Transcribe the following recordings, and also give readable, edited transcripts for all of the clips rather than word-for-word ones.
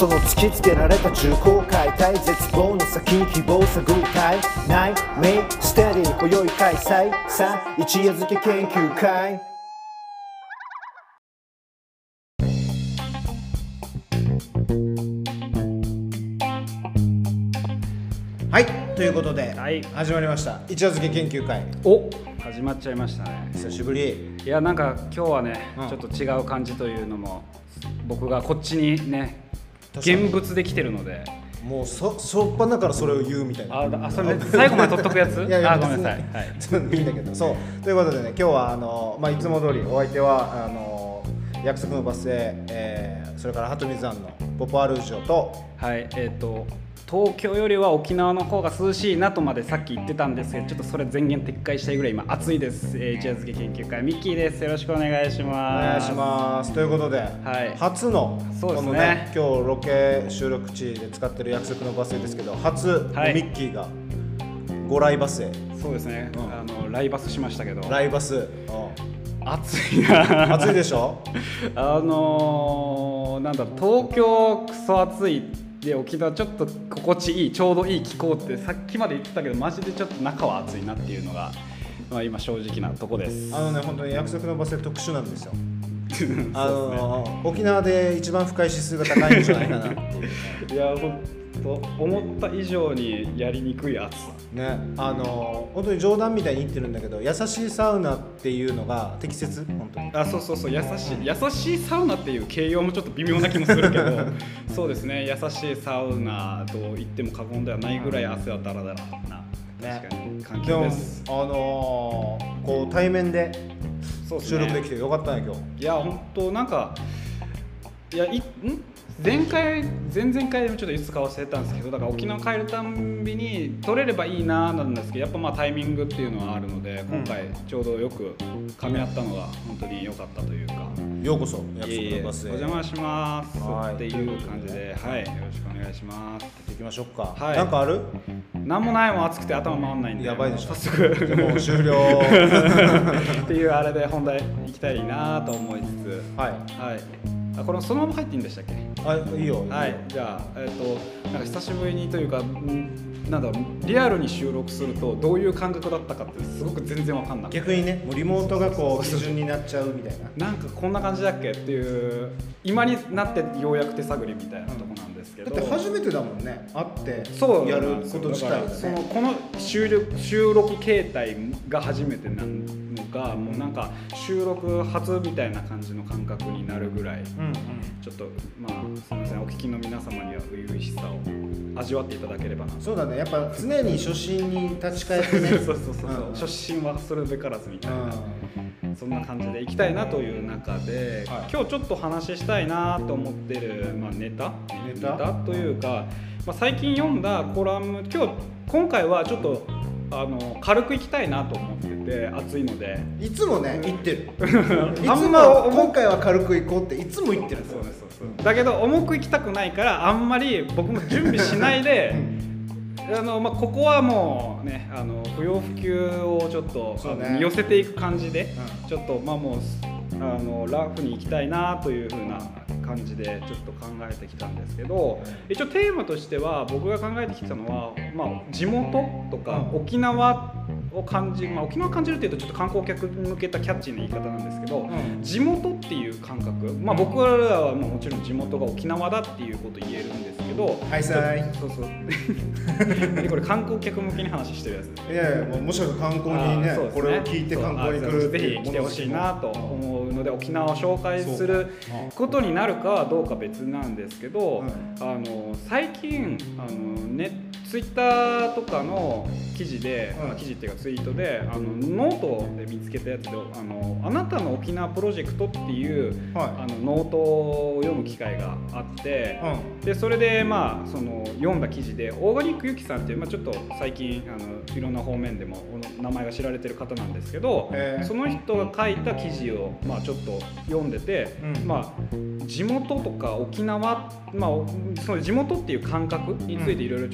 その突きつけられた重厚解体絶望の先に希望探るたいないメインステディ今宵開催さあ一夜漬け研究会はい、ということで、 はい、 始まりました一夜漬け研究会。 お、始まっちゃいましたね。 久しぶり。 いや、なんか今日はね、 ちょっと違う感じというのも僕がこっちにね現物で来てるので、 もうしょっぱなからそれを言うみたいな。 それ最後まで取っとくやついやごめんなさい、 いいんだけど、そうということでね、今日はいつも通りお相手は約束のバスへ、それから鳩水庵のポポアルージョと、 はい、東京よりは沖縄の方が涼しいなとまでさっき言ってたんですけど、ちょっとそれ前言撤回したいぐらい今暑いです。一夜漬け研究会ミッキーです。よろしくお願いします。 お願いします。ということで、初のそうですね、 このね、今日ロケ収録地で使ってる約束のバス停ですけど、初のミッキーがご来バスへ。 そうですね、ライバスしましたけど、 ライバス、 暑いな暑いでしょなんだ、東京クソ暑いで、沖縄ちょっと心地いい、ちょうどいい気候ってさっきまで言ってたけど、マジでちょっと中は暑いなっていうのが、今正直なとこです。 本当に約束のバス停特殊なんですよ沖縄で一番不快指数が高いんじゃないかなっていういや、本当思った以上にやりにくい暑さね。本当に冗談みたいに言ってるんだけど、優しいサウナっていうのが適切、本当に。 そう優しいサウナっていう形容もちょっと微妙な気もするけどそうですね、優しいサウナと言っても過言ではないぐらい汗はダラダラな、確かに環境です。 でもこう対面で収録できてよかったね、今日。 いや、本当なんか、いや、前々回でもちょっといつか忘れたんですけど、だから沖縄帰るたんびに撮れればいいななんですけど、やっぱタイミングっていうのはあるので、今回ちょうどよく噛み合ったのが本当に良かったというか。 ようこそ約束のバスへ。 お邪魔しますっていう感じで、はい、よろしくお願いします。 行きましょうか。 はい、 なんかある？ なんもないもん、暑くて頭回んないんで、 やばいでしょ。 早速もう終了っていうあれで本題行きたいなと思いつつ、はい。これそのまま入っていいんでしたっけ？ いいよ。 はい、じゃあ、なんか久しぶりにというか、なんだろう、リアルに収録するとどういう感覚だったかってすごく全然わかんなくて、 逆にね、もうリモートがこう基準になっちゃうみたいな。 なんかこんな感じだっけっていう、今になってようやく手探りみたいなとこなんですけど、 だって初めてだもんね、会ってそうやること自体がね。 この収録形態が初めてなのが、もうなんか収録初みたいな感じの感覚になるぐらい、ちょっとすみません、お聞きの皆様には初々しさを味わっていただければな。 そうだね、やっぱ常に初心に立ち返ってねそう、初心はそれべからずみたいな、そんな感じでいきたいなという中で、今日ちょっと話したいなと思ってる、ネタというか、最近読んだコラム、今回はちょっと軽くいきたいなと思ってて、暑いので。 いつもね言ってるいつも今回は軽くいこうっていつも言ってる。 そうだけど重くいきたくないから、あんまり僕も準備しないでここはもうね、不要不急をちょっと寄せていく感じで、ちょっともうラフにいきたいなという風な感じでちょっと考えてきたんですけど、一応テーマとしては僕が考えてきたのは、地元とか沖縄を感じる、沖縄を感じるっていうとちょっと観光客に向けたキャッチーな言い方なんですけど、地元っていう感覚、僕らはもちろん地元が沖縄だっていうこと言えるんですけど、そうこれ観光客向けに話してるやつ。 いやもしかしたら観光にね、これを聞いて観光に来るってぜひ来てほしいなと思うので、沖縄を紹介することになるかはどうか別なんですけど、最近ツイッターとかの記事で、記事っていうかツイートでノートで見つけたやつで、あなたの沖縄プロジェクトっていう、ノートを読む機会があって、でそれでその読んだ記事で、オーガニックユキさんっていう、ちょっと最近いろんな方面でも名前が知られてる方なんですけど、その人が書いた記事をちょっと読んでて、地元とか沖縄、その地元っていう感覚についていろいろちょっと考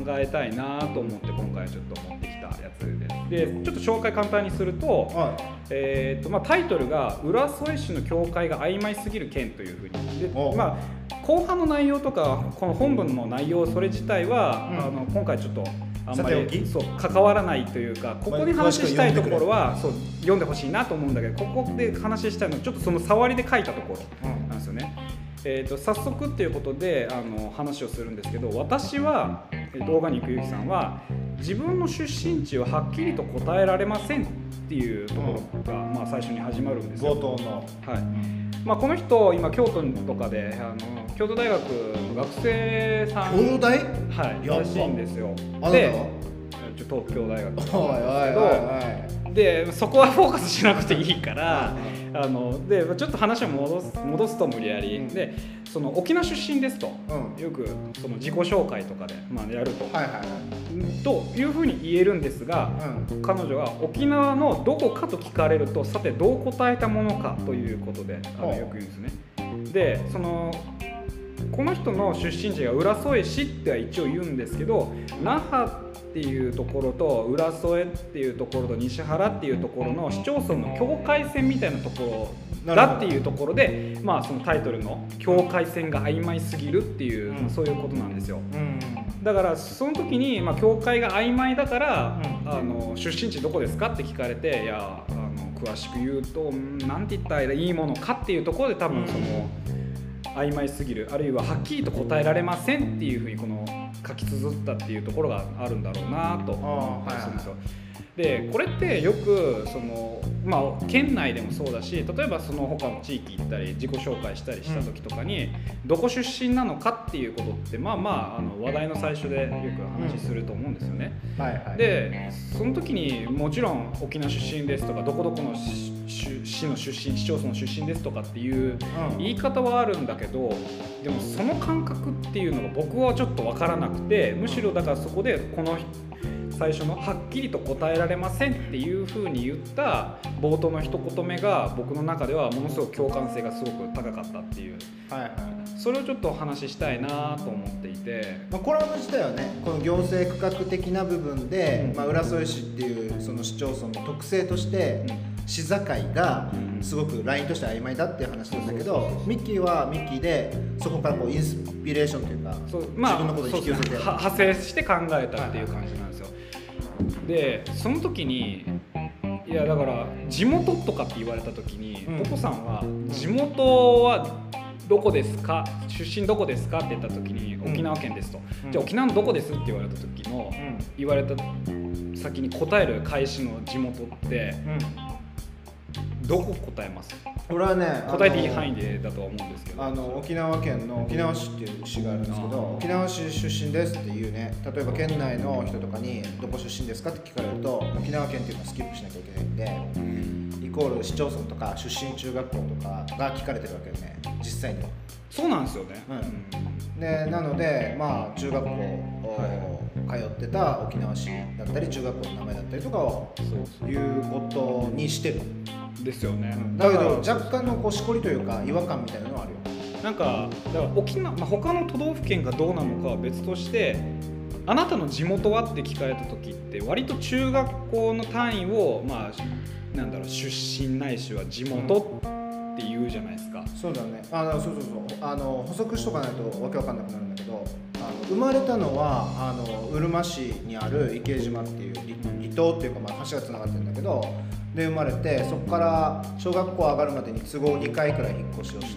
えたいなと思って今回ちょっと持ってきたやつです。でちょっと紹介簡単にすると、 はタイトルが「浦添市の境界が曖昧すぎる件」というふうにで、後半の内容とかこの本文の内容それ自体は、今回ちょっとあんまりそう関わらないというか、ここで話したいところはそう読んでほしいなと思うんだけど、ここで話したいのはちょっとその触りで書いたところなんですよね。早速っていうことで話をするんですけど、私はオーガニックゆきさんは自分の出身地をはっきりと答えられませんっていうところが、最初に始まるんですよ。 冒頭の、 この人今京都とかで京都大学の学生さん京都大らしいんですよ。 で東京大学なんですけど、でそこはフォーカスしなくていいからでちょっと話を戻すと無理やり、でその沖縄出身ですと、よくその自己紹介とかで、やると、というふうに言えるんですが、彼女は沖縄のどこかと聞かれるとさてどう答えたものかということでよく言うんですね。でこの人の出身地が浦添市っては一応言うんですけど、那覇っていうところと浦添っていうところと西原っていうところの市町村の境界線みたいなところだっていうところで、そのタイトルの境界線が曖昧すぎるっていう、そういうことなんですよ。だからその時に、境界が曖昧だから、出身地どこですかって聞かれて、いや詳しく言うとなんて言ったらいいものかっていうところで多分その曖昧すぎる、あるいははっきりと答えられませんっていうふうにこの書き綴ったっていうところがあるんだろうなと思ったりするんですよ。でこれってよくその、県内でもそうだし、例えばその他の地域行ったり自己紹介したりした時とかに、どこ出身なのかっていうことって話題の最初でよく話すると思うんですよね。でその時にもちろん沖縄出身ですとかどこどこの市の出身、市町村の出身ですとかっていう言い方はあるんだけど、でもその感覚っていうのが僕はちょっと分からなくて、むしろだからそこでこの最初のはっきりと答えられませんっていう風に言った冒頭の一言目が僕の中ではものすごく共感性がすごく高かったっていう、それをちょっとお話ししたいなと思っていて、 これは自体はね、この行政区画的な部分で、浦添市っていうその市町村の特性として、市境がすごくラインとして曖昧だっていう話なんだけど、ミッキーはミッキーでそこからこうインスピレーションというか、自分のことに引き寄せて派生して考えたっていう感じなんですよ。でその時にいやだから地元とかって言われた時に、ポポさんは地元はどこですか、出身どこですかって言った時に沖縄県ですと、じゃあ沖縄のどこですって言われた時の、言われた先に答える返しの地元って、どこ答えます？ 俺はね、 答えていい範囲でだとは思うんですけど、 沖縄県の沖縄市っていう市があるんですけど、沖縄市出身ですっていうね、例えば県内の人とかにどこ出身ですかって聞かれると、沖縄県っていうのをスキップしなきゃいけないんで、イコール市町村とか出身中学校とかが聞かれてるわけよね、実際には。 そうなんですよね。 でなので中学校通ってた沖縄市だったり中学校の名前だったりとかをいうことにしてるですよね。 だけど若干のしこりというか違和感みたいなのはあるよ。 なんかだから沖縄、他の都道府県がどうなのかは別として、あなたの地元はって聞かれた時って割と中学校の単位を出身ないしは地元って言うじゃないですか。 そうだね。補足しとかないとわけわかんなくなるんだけど、生まれたのはうるま市にある池江島っていう離島っていうか、橋がつながってるんだけど、で生まれて、そこから小学校上がるまでに都合2回くらい引っ越しをして、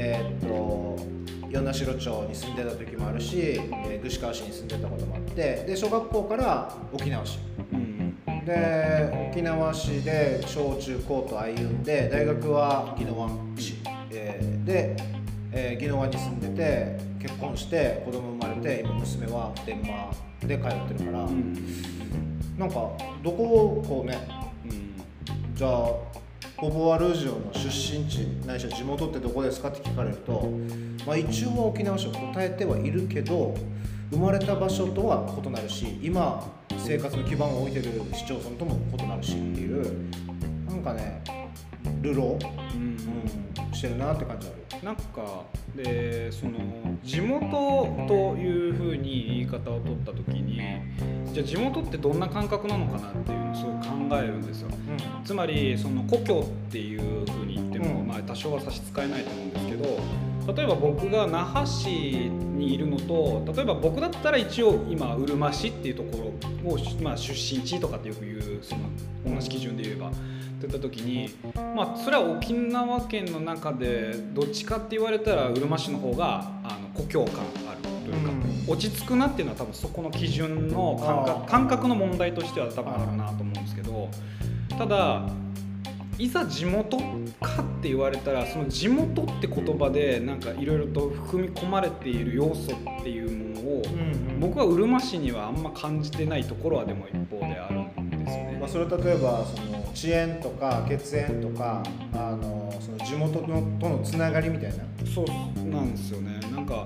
与那城町に住んでた時もあるし、串川市に住んでたこともあって、で小学校から沖縄市、で沖縄市で小中高と歩んで、大学は宜野湾市、で宜野湾に住んでて結婚して子供生まれて、今娘は普天間で通ってるから、なんかどこをこうね、じゃあボボワルージオの出身地ないしは地元ってどこですかって聞かれると、一応は沖縄市を答えてはいるけど、生まれた場所とは異なるし、今生活の基盤を置いてる市町村とも異なるしっていう、なんかね、流浪、ししてるなって感じある。 なんかでその地元というふうに言い方を取った時に、じゃあ地元ってどんな感覚なのかなっていうのをすごい考えるんですよ。つまりその故郷っていうふうに言っても、まあ多少は差し支えないと思うんですけど、例えば僕が那覇市にいるのと、例えば僕だったら一応今うるま市っていうところを、まあ、出身地とかってよく言う、その同じ基準で言えばって言った時に、まあそれは沖縄県の中でどっちかって言われたらうるま市の方が故郷感あるというか、落ち着くなっていうのは多分そこの基準の感覚の問題としては多分あるなと思うんですけど、ただいざ地元かって言われたら、その地元って言葉でなんかいろいろと含み込まれている要素っていうものを、僕はうるま市にはあんま感じてないところはでも一方であるんですよね。 まあ、それ例えばその遅延とか血縁とかその地元とのつながりみたいな。 そうなんですよね。なんか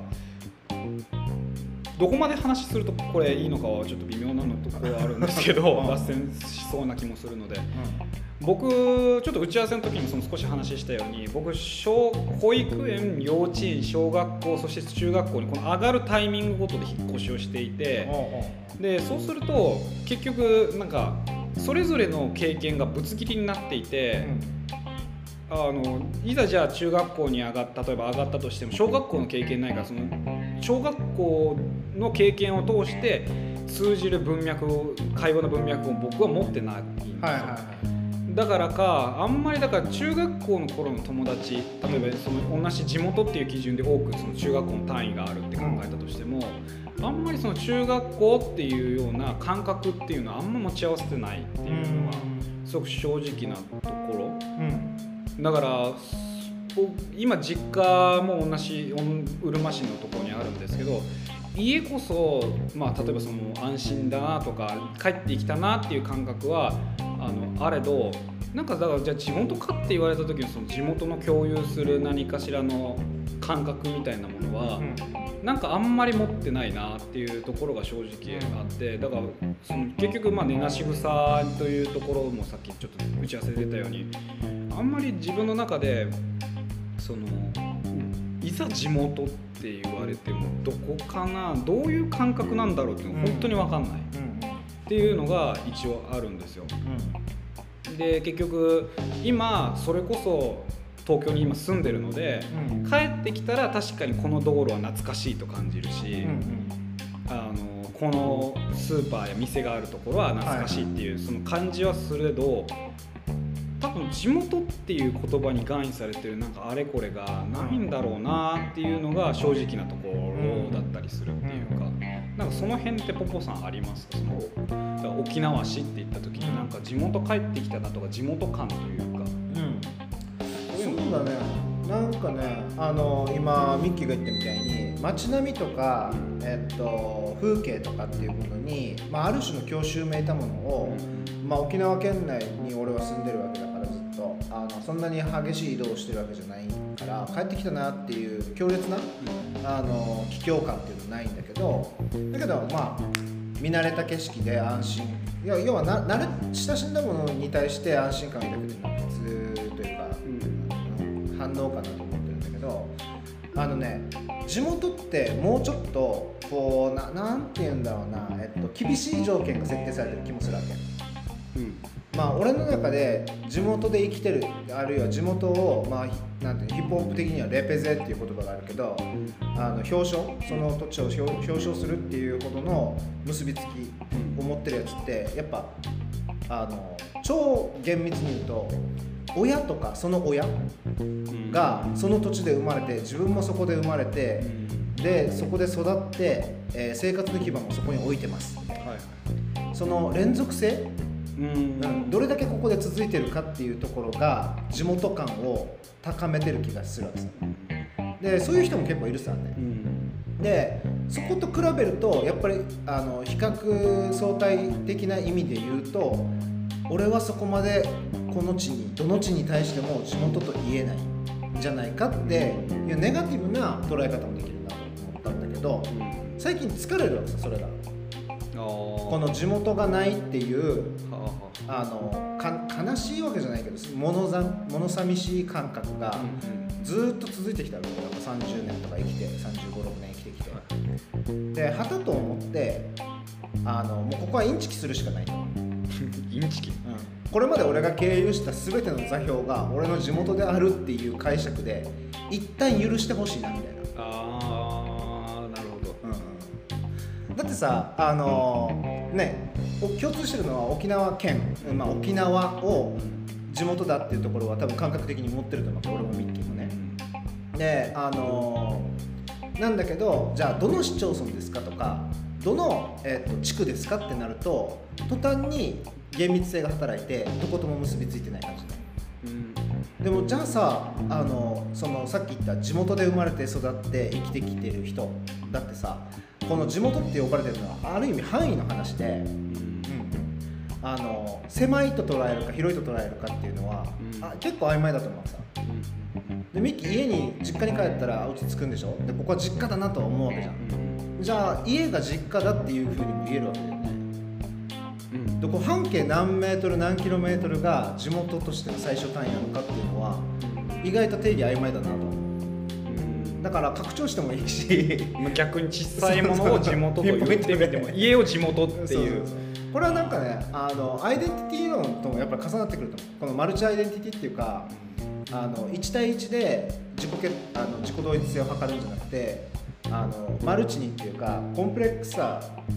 どこまで話するとこれいいのかはちょっと微妙なのところはあるんですけど脱線しそうな気もするので、僕ちょっと打ち合わせの時にその少し話したように、僕保育園、幼稚園、小学校、そして中学校にこの上がるタイミングごとで引っ越しをしていて、でそうすると結局なんかそれぞれの経験がぶつ切りになっていて、いざじゃあ中学校に例えば上がったとしても小学校の経験ないから、その小学校の経験を通して通じる文脈を、会話の文脈を僕は持ってないんですよ。だからかあんまりだから中学校の頃の友達、例えばその同じ地元っていう基準で多くその中学校の単位があるって考えたとしても、あんまりその中学校っていうような感覚っていうのはあんま持ち合わせてないっていうのがすごく正直なところ、だから今実家も同じうるま市のところにあるんですけど、家こそ、まあ、例えばその安心だなとか帰ってきたなっていう感覚はあれど、なんかだからじゃあ地元かって言われた時にその地元の共有する何かしらの感覚みたいなものは、なんかあんまり持ってないなっていうところが正直あって、だからその結局まあ根なし草というところもさっきちょっと打ち合わせで出たように、あんまり自分の中でそのいざ地元って言われてもどこかな、どういう感覚なんだろうっていうのが本当に分かんないっていうのが一応あるんですよ。で結局今それこそ東京に今住んでるので、帰ってきたら確かにこの道路は懐かしいと感じるし、このスーパーや店があるところは懐かしいっていうその感じはするけど、多分地元っていう言葉に含意されてるなんかあれこれがないんだろうなっていうのが正直なところだったりするっていうか、なんかその辺ってポポさんありますか？そのだから沖縄市って言った時になんか地元帰ってきたなとか地元感というか、 そうだね。なんかね、今ミッキーが言ったみたいに街並みとか、風景とかっていうものに、ある種の郷愁めいたものを、沖縄県内に俺は住んでるわけだからずっとそんなに激しい移動をしてるわけじゃないから帰ってきたなっていう強烈な帰郷感っていうのはないんだけど、見慣れた景色で安心、要は慣れ親しんだものに対して安心感を抱くっていうのは普通というか、反応かなと思ってるんだけど、地元ってもうちょっとこうなんて言うんだろうな、厳しい条件が設定されてる気もするわけ。俺の中で地元で生きてる、あるいは地元を、なんていうヒップホップ的にはレペゼっていう言葉があるけど、表彰、その土地を表彰するっていうほどの結びつきを持ってるやつってやっぱ超厳密に言うと親とかその親がその土地で生まれて、自分もそこで生まれて、でそこで育って、生活の基盤をそこに置いてますみたいな、その連続性、どれだけここで続いてるかっていうところが地元感を高めてる気がするわけです。でそういう人も結構いるさね、でそこと比べるとやっぱり比較相対的な意味で言うと、俺はそこまでこの地にどの地に対しても地元と言えないんじゃないかっていうネガティブな捉え方もできるなと思ったんだけど、最近疲れるわけさ、それが。この地元がないっていう悲しいわけじゃないけど物寂しい感覚がずーっと続いてきたわけよ。やっぱ30年とか生きて、35、6年生きてきて、ではたと思ってもうここはインチキするしかないとインチキ、 これまで俺が経由した全ての座標が俺の地元であるっていう解釈で一旦許してほしいなみたいな。 ああ、なるほど、 だってさね、共通してるのは沖縄県、沖縄を地元だっていうところは多分感覚的に持ってると思う、俺もミッキーもね。でなんだけど、じゃあどの市町村ですかとかどの、地区ですかってなると途端に厳密性が働いてどことも結びついてない感じだ、でもじゃあさそのさっき言った地元で生まれて育って生きてきてる人だってさ、この地元って呼ばれてるのはある意味範囲の話で、狭いと捉えるか広いと捉えるかっていうのは、結構曖昧だと思うさ。でミッキー家に実家に帰ったら落ち着くんでしょ。でここは実家だなとは思うわけじゃん、じゃあ家が実家だっていうふうにも言えるわけだよね、でこう半径何メートル何キロメートルが地元としての最小単位なのかっていうのは意外と定義曖昧だなと。だから拡張してもいいし逆に小さいものを地元と言ってみても家を地元っていう、 これはなんかねアイデンティティ論ともやっぱり重なってくると思う。このマルチアイデンティティっていうか1対1で自己同一性を図るんじゃなくてマルチにっていうかコンプレックス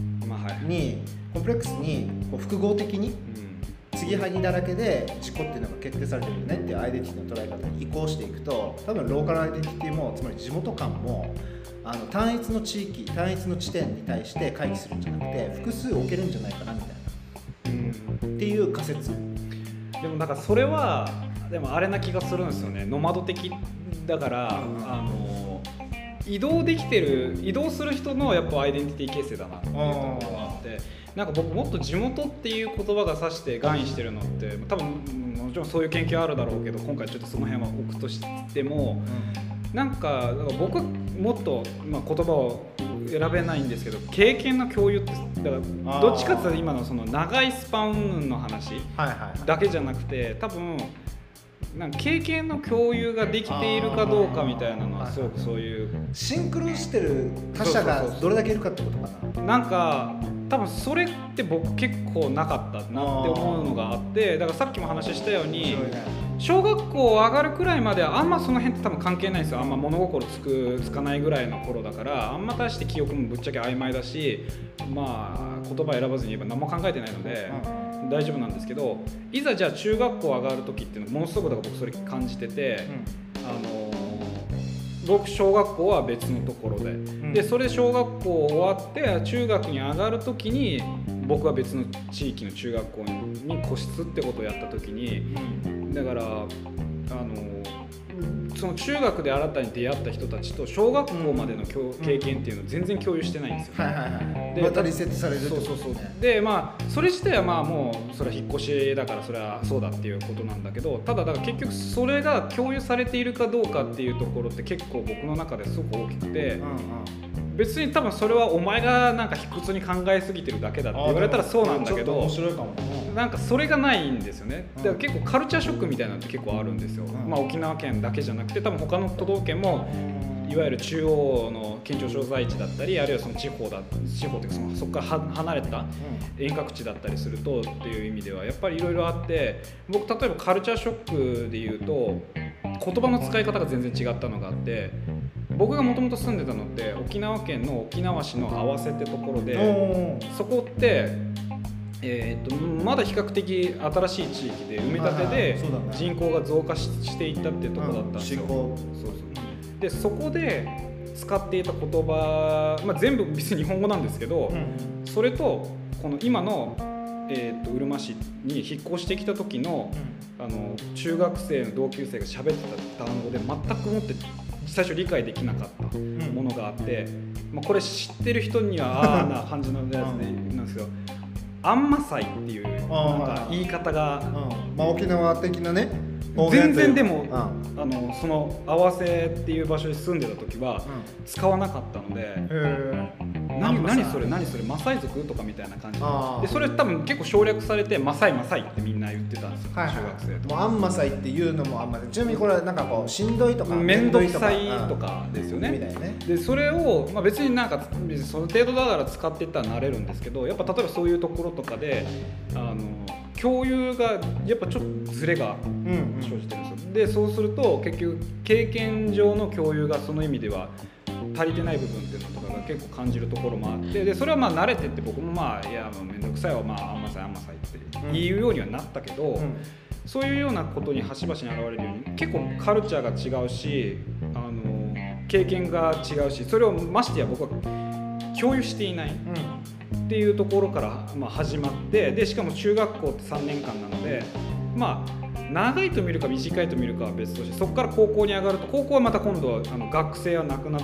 にこう複合的に継ぎはぎだらけで自己っていうのが決定されてるよねっていうアイデンティティの捉え方に移行していくと、多分ローカルアイデンティティもつまり地元感も単一の地域単一の地点に対して回帰するんじゃなくて複数置けるんじゃないかなみたいな、っていう仮説。 でもなんかそれはでもあれな気がするんですよね。ノマド的だから、移動する人のやっぱアイデンティティ形成だなっていうところがあって、なんか僕もっと地元っていう言葉が指して含意してるのって多分もちろんそういう研究あるだろうけど、今回ちょっとその辺は置くとしても、なんか僕はもっと、言葉を選べないんですけど、経験の共有ってだからどっちかっていうと今のその長いスパンの話だけじゃなくて、多分なんか経験の共有ができているかどうかみたいなのはすごくそういうシンクロしてる他者がどれだけいるかってことかな。 なんか多分それって僕結構なかったなって思うのがあって、だからさっきも話したように小学校上がるくらいまではあんまその辺って多分関係ないんですよ。あんま物心つかないぐらいの頃だから、あんま大して記憶もぶっちゃけ曖昧だし、言葉選ばずに言えば何も考えてないので大丈夫なんですけど、いざじゃあ中学校上がる時っていうのはものすごくだから僕それ感じてて、僕小学校は別のところで、それ小学校終わって中学に上がる時に僕は別の地域の中学校に個室ってことをやった時に、だからその中学で新たに出会った人たちと小学校までの経験っていうのを全然共有してないんですよ。 でまたリセットされるってことですね。そうでそれ自体はもうそれは引っ越しだからそれはそうだっていうことなんだけど、ただから結局それが共有されているかどうかっていうところって結構僕の中ですごく大きくて、別に多分それはお前がなんか卑屈に考えすぎてるだけだって言われたらそうなんだけど、 面白いかも。 なんかそれがないんですよね。だから結構カルチャーショックみたいなのって結構あるんですよ。沖縄県だけじゃなくて多分他の都道府県もいわゆる中央の県庁所在地だったり、あるいはその地方っていうかそこから離れた遠隔地だったりするとっていう意味ではやっぱりいろいろあって、僕例えばカルチャーショックで言うと言葉の使い方が全然違ったのがあって、僕がもともと住んでたのって沖縄県の沖縄市の合わせってところで、そこってまだ比較的新しい地域で埋め立てで人口が増加していったっていうところだったんですよ。でそこで使っていた言葉、全部別に日本語なんですけど、それとこの今の、うるま市に引っ越してきた時の、中学生の同級生が喋ってた単語で全くもって最初理解できなかったものがあって、これ知ってる人にはあーな感じのやつなんですけど、あんま祭っていうなんか言い方が、 沖縄的なね全然でも、その合わせっていう場所に住んでた時は使わなかったので、 何それマサイ族とかみたいな感じで、それ多分結構省略されてマサイってみんな言ってたんですよ、中学生とか。 もうアンマサイっていうのもあんまり、ちなみにこれはなんかこうしんどいとか面倒くさいとかですよね。でそれを、別になんかその程度だから使っていったらなれるんですけど、やっぱ例えばそういうところとかで共有がやっぱちょっとズレが生じてるんですよ。でそうすると結局経験上の共有がその意味では足りてない部分っていうのとかが結構感じるところもあって、でそれは慣れてって僕もいやもうめんどくさいわ、あんまさいって言うようにはなったけど、そういうようなことに端々に現れるように結構カルチャーが違うし経験が違うし、それをましてや僕は共有していないっていうところから始まって、でしかも中学校って3年間なので長いと見るか短いと見るかは別として、そこから高校に上がると高校はまた今度は学生はなくなって、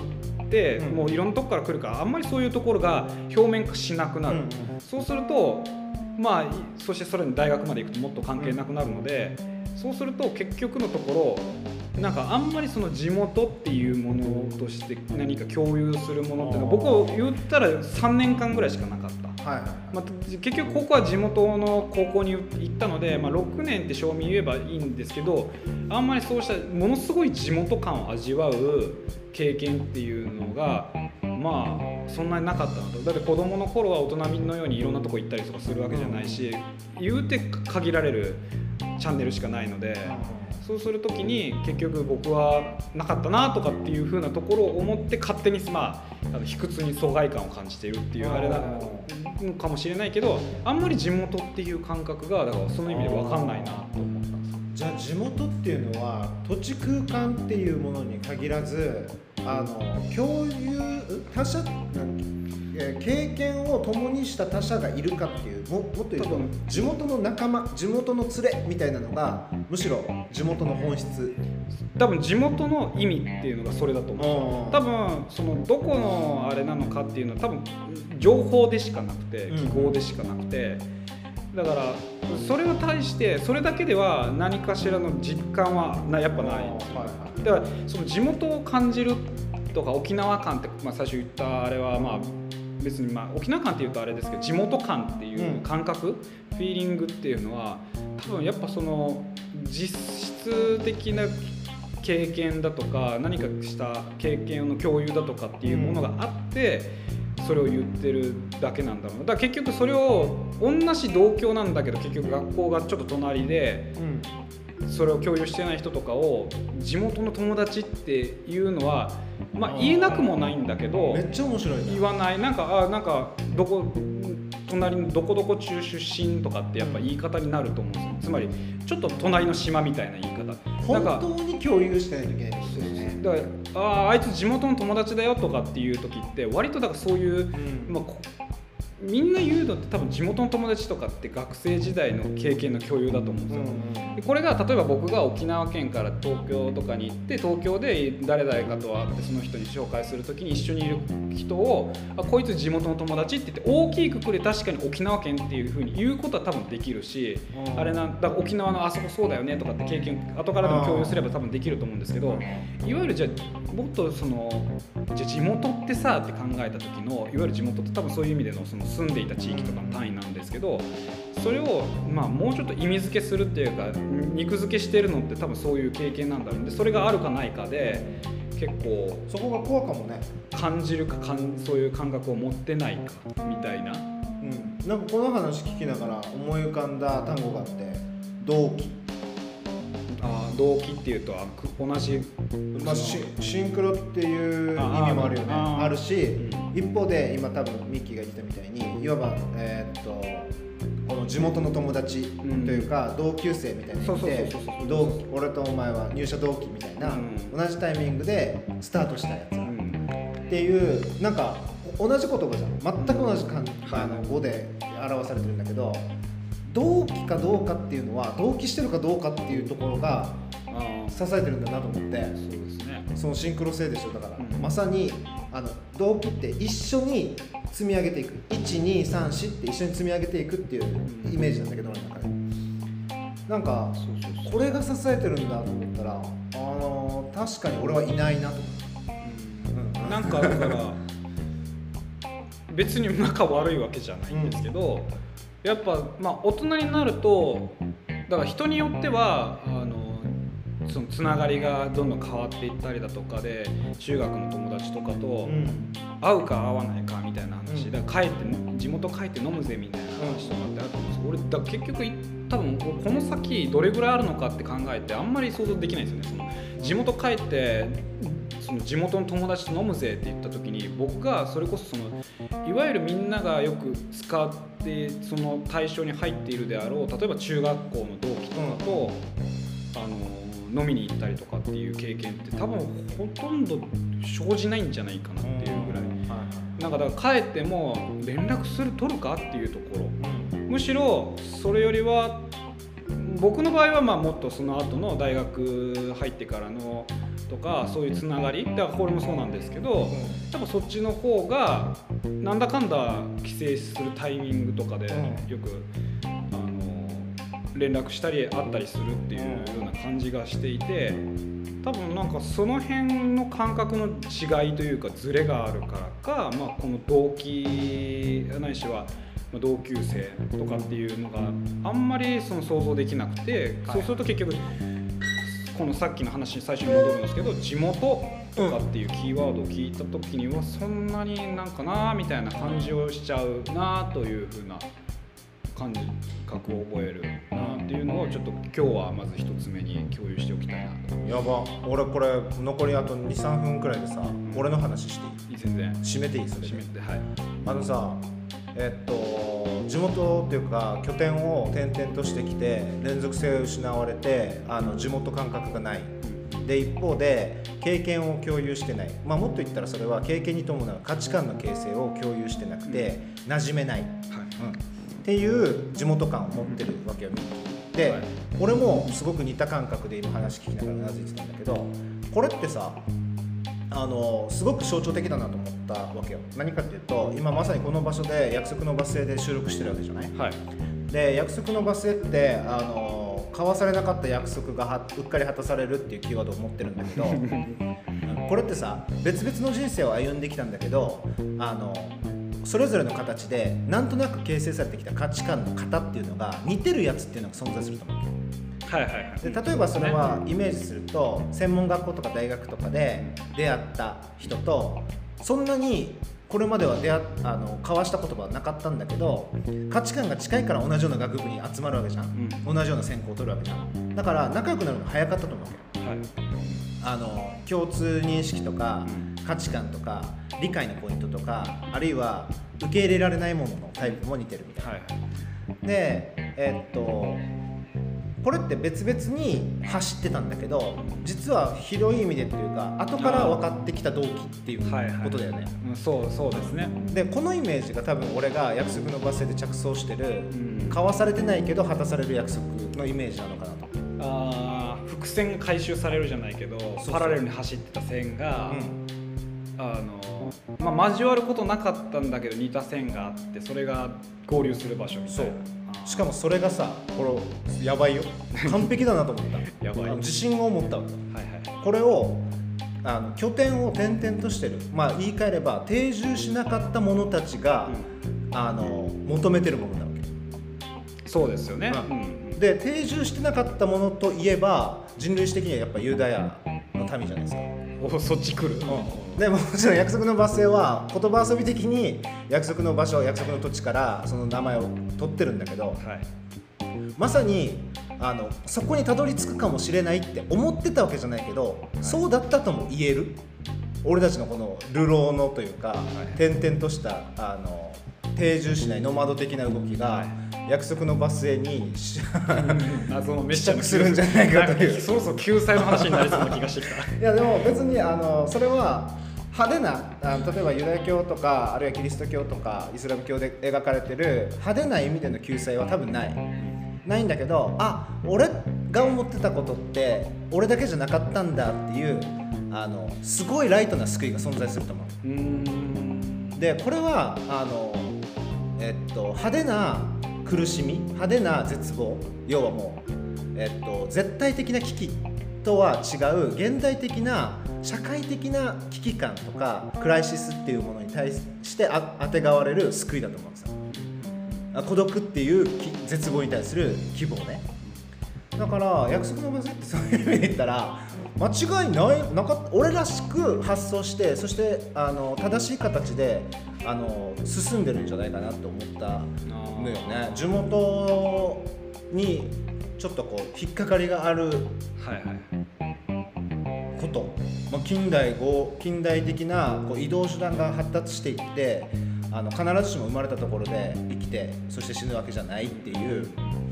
もういろんなとこから来るからあんまりそういうところが表面化しなくなる、そうするとそしてそれに大学まで行くともっと関係なくなるので、そうすると結局のところなんかあんまりその地元っていうものとして何か共有するものっていうのは僕は言ったら3年間ぐらいしかなかった。結局高校は地元の高校に行ったので、6年って正味言えばいいんですけど、あんまりそうしたものすごい地元感を味わう経験っていうのがそんなになかったのと、だって子供の頃は大人のようにいろんなとこ行ったりとかするわけじゃないし、言うて限られるチャンネルしかないので、そうするときに結局僕はなかったなとかっていう風なところを思って勝手に卑屈に疎外感を感じているっていうあれなのかもしれないけど、あんまり地元っていう感覚がだからその意味で分かんないなと思ったんです。 じゃあ地元っていうのは土地空間っていうものに限らず共有他者経験を共にした他者がいるかっていう、もっと言うと地元の仲間、地元の連れみたいなのがむしろ地元の本質、 多分地元の意味っていうのがそれだと思う。多分そのどこのあれなのかっていうのは多分情報でしかなくて記号でしかなくて、だからそれを対してそれだけでは何かしらの実感はやっぱない。だからその地元を感じるとか沖縄感って、最初言ったあれは別に沖縄感っていうとあれですけど、地元感っていう感覚、フィーリングっていうのは多分やっぱその実質的な経験だとか何かした経験の共有だとかっていうものがあってそれを言ってるだけなんだろう。だから結局それを同じ同郷なんだけど結局学校がちょっと隣でそれを共有してない人とかを地元の友達っていうのは言えなくもないんだけど、 めっちゃ面白いな。 言わない。なんかどこ隣のどこどこ中出身とかってやっぱ言い方になると思うんですよ。つまりちょっと隣の島みたいな言い方。 本当に共有してないといけないですよね。 だからあいつ地元の友達だよとかっていう時って割とだからそういう、みんな言うのって多分地元の友達とかって学生時代の経験の共有だと思うんですよ。でこれが例えば僕が沖縄県から東京とかに行って東京で誰々かと会ってその人に紹介するときに一緒にいる人をこいつ地元の友達って言って大きいくくり確かに沖縄県っていう風に言うことは多分できるし、あれだから沖縄のあそこそうだよねとかって経験後からでも共有すれば多分できると思うんですけど、いわゆるじゃあもっとそのじゃあ地元ってさって考えた時のいわゆる地元って多分そういう意味でのその住んでいた地域とかの単位なんですけど、それをもうちょっと意味付けするっていうか肉付けしてるのって多分そういう経験なんだろう。でそれがあるかないかで結構そこがコアかもね。 感じるかそういう感覚を持ってないかみたいな。 なんかこの話聞きながら思い浮かんだ単語があって、同期。 同期っていうと同じ、 シンクロっていう意味もあるよね。あるし、一方で今多分ミッキーが言ったみたいにいわばこの地元の友達というか、同級生みたいな意味で俺とお前は入社同期みたいな、同じタイミングでスタートしたやつっていうなんか同じ言葉じゃん。全く同じ語で表されてるんだけど、同期かどうかっていうのは同期してるかどうかっていうところが支えてるんだなと思って。そうですね。そのシンクロ性でしょ。だから、まさに同期って一緒に積み上げていく、1,2,3,4って一緒に積み上げていくっていうイメージなんだけど、俺の中でなんかこれが支えてるんだと思ったら確かに俺はいないなと思って。 なんかだから別に仲悪いわけじゃないんですけど、やっぱ大人になるとだから人によってはそのつながりがどんどん変わっていったりだとかで、中学の友達とかと会うか会わないかみたいな話、だから地元帰って飲むぜみたいな話とかってあると思うんですけど、俺だから結局多分この先どれぐらいあるのかって考えてあんまり想像できないんですよね。その地元帰ってその地元の友達と飲むぜって言った時に、僕がそれこそいわゆるみんながよく使ってその対象に入っているであろう、例えば中学校の同期とかと、飲みに行ったりとかっていう経験って多分ほとんど生じないんじゃないかなっていうぐらい、なんかだから帰っても連絡取るかっていうところ、むしろそれよりは僕の場合はもっとその後の大学入ってからのとかそういうつながりだからこれもそうなんですけど、やっぱそっちの方がなんだかんだ帰省するタイミングとかでよく連絡したり会ったりするっていうような感じがしていて、多分なんかその辺の感覚の違いというかズレがあるからか、この同期ないしは同級生とかっていうのがあんまりその想像できなくて、そうすると結局このさっきの話に最初に戻るんですけど、地元とかっていうキーワードを聞いた時にはそんなになんかなみたいな感じをしちゃうなという風な感覚を覚えるなっていうのをちょっと今日はまず一つ目に共有しておきたいなと。 やば、俺これ残りあと 2,3 分くらいでさ、俺の話していい？ 全然締めていい？それで締めて、はい。 さ地元っていうか拠点を転々としてきて連続性を失われて地元感覚がない、で一方で経験を共有してない、もっと言ったらそれは経験に伴う価値観の形成を共有してなくて、馴染めない、っていう地元感を持ってるわけよ。で、俺もすごく似た感覚で今話聞きながらうなずいてたんだけど、これってさすごく象徴的だなと思ったわけよ。何かっていうと、今まさにこの場所で約束のバス停で収録してるわけじゃない、で約束のバス停って交わされなかった約束がうっかり果たされるっていうキーワードを持ってるんだけどこれってさ、別々の人生を歩んできたんだけどそれぞれの形でなんとなく形成されてきた価値観の型っていうのが似てるやつっていうのが存在すると思う。で例えばそれはイメージすると、専門学校とか大学とかで出会った人とそんなにこれまでは交わした言葉はなかったんだけど、価値観が近いから同じような学部に集まるわけじゃん、同じような専攻を取るわけじゃん。だから仲良くなるのが早かったと思うわけ、共通認識とか価値観とか理解のポイントとか、あるいは受け入れられないもののタイプも似てるみたいな、でこれって別々に走ってたんだけど、実は広い意味でっていうか後から分かってきた動機っていうことだよね。 そうですね。 でこのイメージが多分俺が約束のバス停で着想してる、交わされてないけど果たされる約束のイメージなのかなと。 伏線が回収されるじゃないけど、パラレルに走ってた線が、交わることなかったんだけど似た線があって、それが合流する場所みたいな。 しかもそれがさ、これやばいよ完璧だなと思ったやばい、 自信を持ったわけ、これを拠点を転々としてる、言い換えれば定住しなかった者たちが、求めてるものなわけ。 そうですよね、 で定住してなかったものといえば人類史的にはやっぱユダヤの民じゃないですか。 そっち来る、 でもちろん約束のバス停は言葉遊び的に約束の場所、約束の土地からその名前を取ってるんだけど、まさにそこにたどり着くかもしれないって思ってたわけじゃないけど、そうだったとも言える。俺たちのこの流浪のというか、転々とした定住しないノマド的な動きが、約束のバス停に謎の試着するんじゃないかという、 そろそろ救済の話になりそうな気がしてきたいやでも別にそれは派手な例えばユダヤ教とかあるいはキリスト教とかイスラム教で描かれてる派手な意味での救済は多分ないんだけど、俺が思ってたことって俺だけじゃなかったんだっていうすごいライトな救いが存在すると思う。でこれは派手な苦しみ、派手な絶望、要はもう、絶対的な危機とは違う現代的な社会的な危機感とかクライシスっていうものに対してあてがわれる救いだと思うんですよ。孤独っていう絶望に対する希望ね。だから約束の場所ってそういう意味で言ったら間違いないなかった。俺らしく発想して、そして正しい形で進んでるんじゃないかなと思ったのよね。地元にちょっとこう引っかかりがあること、近代的なこう移動手段が発達していって必ずしも生まれたところで生きてそして死ぬわけじゃないっていう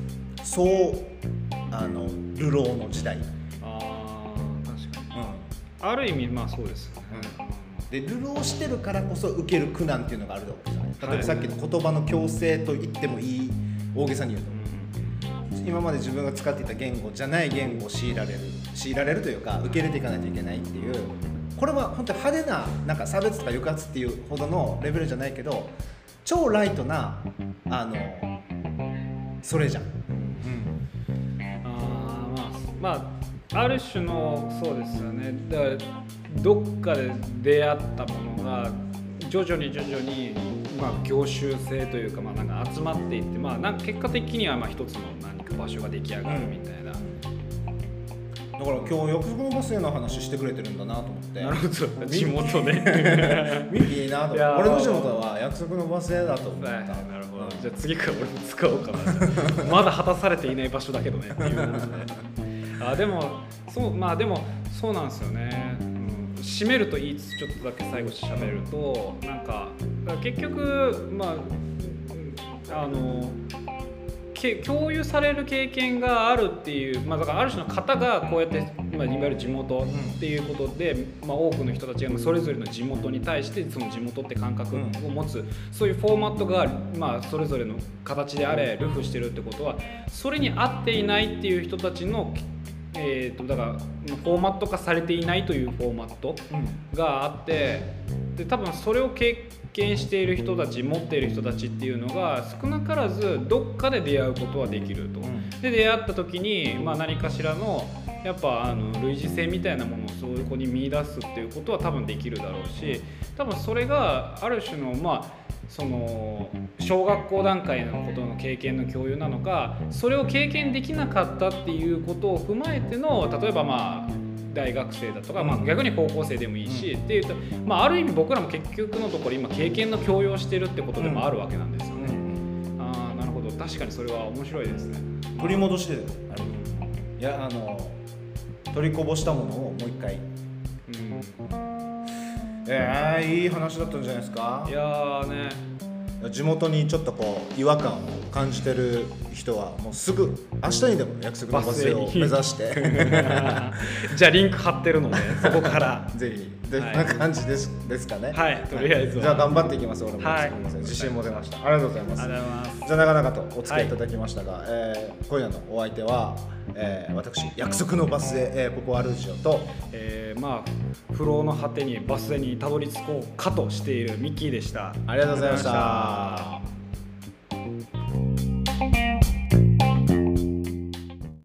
流浪の時代。 確かに、ある意味そうですよね、 で流浪してるからこそ受ける苦難っていうのがあるわけじゃない。例えばさっきの言葉の強制と言ってもいい、大げさに言うと、今まで自分が使っていた言語じゃない言語を強いられるというか受け入れていかないといけないっていう、これは本当に派手ななんか差別とか抑圧っていうほどのレベルじゃないけど超ライトなそれじゃん。 ある種のそうですよね。だからどっかで出会ったものが徐々に業種性というかなんか集まっていってなんか結果的には一つの何か場所が出来上がるみたいな。 だから今日約束のバスへの話してくれてるんだなと思って。 なるほど。地元でミキいいなと思って。俺の地元は約束のバスへだと思った。 なるほど。じゃあ次から俺も使おうかな。まだ果たされていない場所だけどねっていうので。でもそうなんですよね。締めると言いつつちょっとだけ最後喋るとなんか結局共有される経験があるっていう、だからある種の方がこうやって、いわゆる地元っていうことで、多くの人たちがそれぞれの地元に対してその地元って感覚を持つ、そういうフォーマットが、それぞれの形であれルフしてるってことはそれに合っていないっていう人たちのだからフォーマット化されていないというフォーマットがあって、で多分それを経験している人たち持っている人たちっていうのが少なからずどっかで出会うことはできると。で出会った時に、何かしらのやっぱ類似性みたいなものをそこに見出すっていうことは多分できるだろうし、多分それがある種のその小学校段階のことの経験の共有なのか、それを経験できなかったっていうことを踏まえての例えば大学生だとか、逆に高校生でもいいし、っていうと、ある意味僕らも結局のところ今経験の共有をしてるってことでもあるわけなんですよね。なるほど、確かにそれは面白いですね。 取り戻してる。いや取りこぼしたものをもう一回。いい話だったんじゃないですか。 いやーね、 地元にちょっとこう違和感を感じてる人はもうすぐ明日にでも約束のバス停を目指してじゃあリンク貼ってるのでそこからぜひこんな感じですかね。 はい、とりあえずはじゃあ頑張っていきます。俺も自信も出ました。ありがとうございます。じゃあ長々とお付き合いいただきましたが、今夜のお相手は私約束のバスへポポアルージオと不老の果てにバス停にたどり着こうかとしているミッキーでした。 ありがとうございました。